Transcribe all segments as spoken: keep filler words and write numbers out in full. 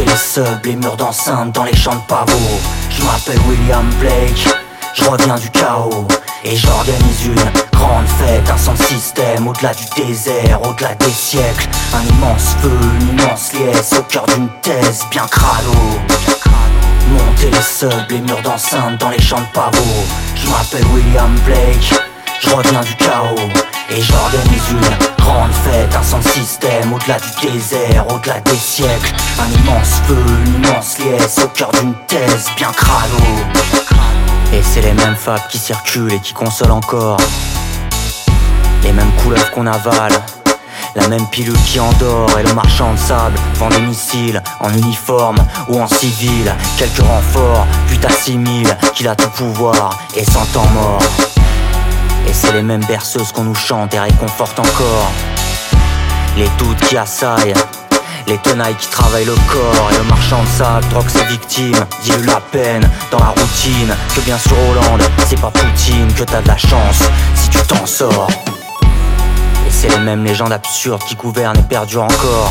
les subs, les murs d'enceinte dans les champs de pavots. Je m'appelle William Blake, je reviens du chaos et j'organise une grande fête, un son système au-delà du désert, au-delà des siècles. Un immense feu, une immense liesse au cœur d'une thèse bien crado. Monter les subs, les murs d'enceinte dans les champs de pavots. Je m'appelle William Blake, je reviens du chaos et j'organise une grande fête, un son système au-delà du désert, au-delà des siècles. Un immense feu, une immense liesse au cœur d'une thèse bien crado. Et c'est les mêmes fables qui circulent et qui consolent encore. Les mêmes couleurs qu'on avale, la même pilule qui endort. Et le marchand de sable vend des missiles en uniforme ou en civil. Quelques renforts, puis t'assimiles qu'il a tout pouvoir et sans temps mort. Et c'est les mêmes berceuses qu'on nous chante et réconforte encore. Les doutes qui assaillent, les tenailles qui travaillent le corps. Et le marchand de sable drogue ses victimes, dilue la peine dans la routine. Que bien sûr Hollande, c'est pas Poutine, que t'as de la chance si tu t'en sors. Et c'est les mêmes légendes absurdes qui gouvernent et perdurent encore.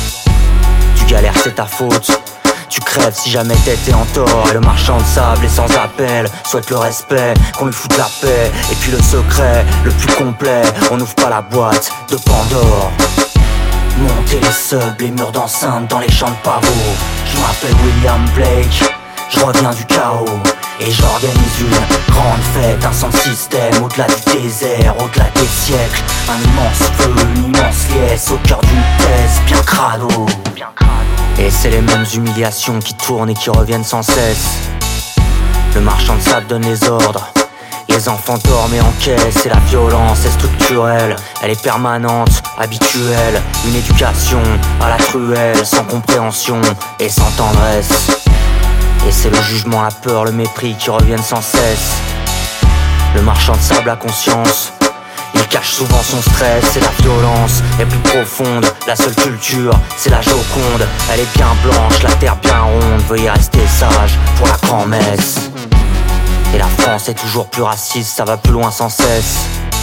Tu galères, c'est ta faute, tu crèves si jamais t'étais en tort. Et le marchand de sable est sans appel, souhaite le respect, qu'on lui foute la paix. Et puis le secret, le plus complet, on n'ouvre pas la boîte de Pandore. Monter les subs, les murs d'enceinte dans les champs de pavots. Je m'appelle William Blake, je reviens du chaos et j'organise une grande fête, un son système au-delà du désert, au-delà des siècles. Un immense feu, une immense liesse au cœur d'une thèse bien crado. Et c'est les mêmes humiliations qui tournent et qui reviennent sans cesse. Le marchand de sable donne les ordres, les enfants dorment et encaissent. Et la violence est structurelle, elle est permanente, habituelle. Une éducation à la truelle, sans compréhension et sans tendresse. Et c'est le jugement, la peur, le mépris qui reviennent sans cesse. Le marchand de sable a conscience, il cache souvent son stress. Et la violence est plus profonde, la seule culture c'est la Joconde. Elle est bien blanche, la terre bien ronde, veuillez rester sage pour la grand-messe. Et la France est toujours plus raciste, ça va plus loin sans cesse.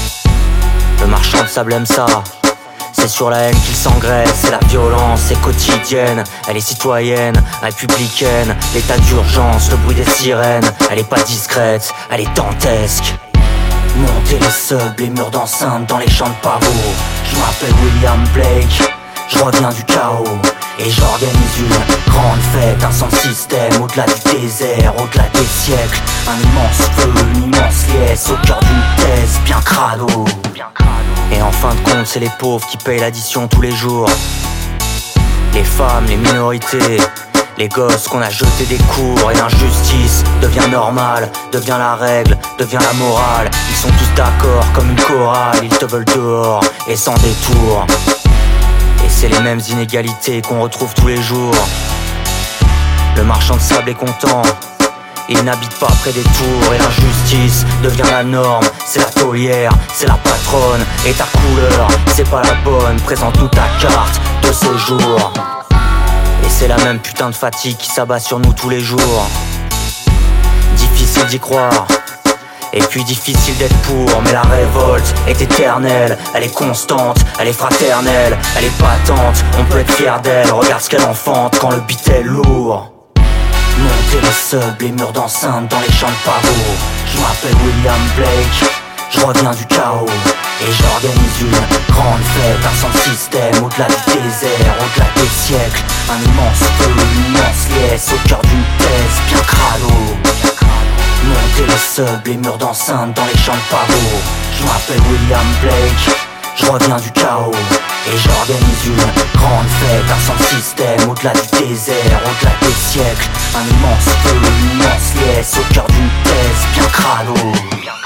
Le marchand de sable aime ça, c'est sur la haine qu'il s'engraisse. Et la violence est quotidienne, elle est citoyenne, républicaine. L'état d'urgence, le bruit des sirènes, elle est pas discrète, elle est dantesque. Monter les subs, les murs d'enceinte dans les champs de pavots. Je m'appelle William Blake, je reviens du chaos et j'organise une grande fête, un son système au-delà du désert, au-delà des siècles. Un immense feu, une immense liesse au cœur d'une thèse bien crado. Et en fin de compte, c'est les pauvres qui payent l'addition tous les jours. Les femmes, les minorités, les gosses qu'on a jeté des cours. Et l'injustice devient normale, devient la règle, devient la morale. Ils sont tous d'accord comme une chorale, ils te veulent dehors et sans détour. Et c'est les mêmes inégalités qu'on retrouve tous les jours. Le marchand de sable est content, il n'habite pas près des tours. Et l'injustice devient la norme, c'est la taulière, c'est la patronne. Et ta couleur, c'est pas la bonne, présente-nous ta carte de séjour. Et c'est la même putain de fatigue qui s'abat sur nous tous les jours. Difficile d'y croire, et puis difficile d'être pour. Mais la révolte est éternelle, elle est constante, elle est fraternelle, elle est patente, on peut être fier d'elle. Regarde ce qu'elle enfante quand le beat est lourd. Monter les subs, les murs d'enceinte dans les champs de pavots. Je m'appelle William Blake, je reviens du chaos et j'organise une grande fête, un son système au-delà du désert, au-delà des siècles. Un immense feu, une immense liesse au cœur d'une thèse bien crado. Monter les subs, les murs d'enceinte dans les champs de pavots. Je m'appelle William Blake, je reviens du chaos et j'organise une grande fête, un son système au-delà du désert, au-delà des siècles. Un immense feu, une immense liesse au cœur d'une thèse bien crado.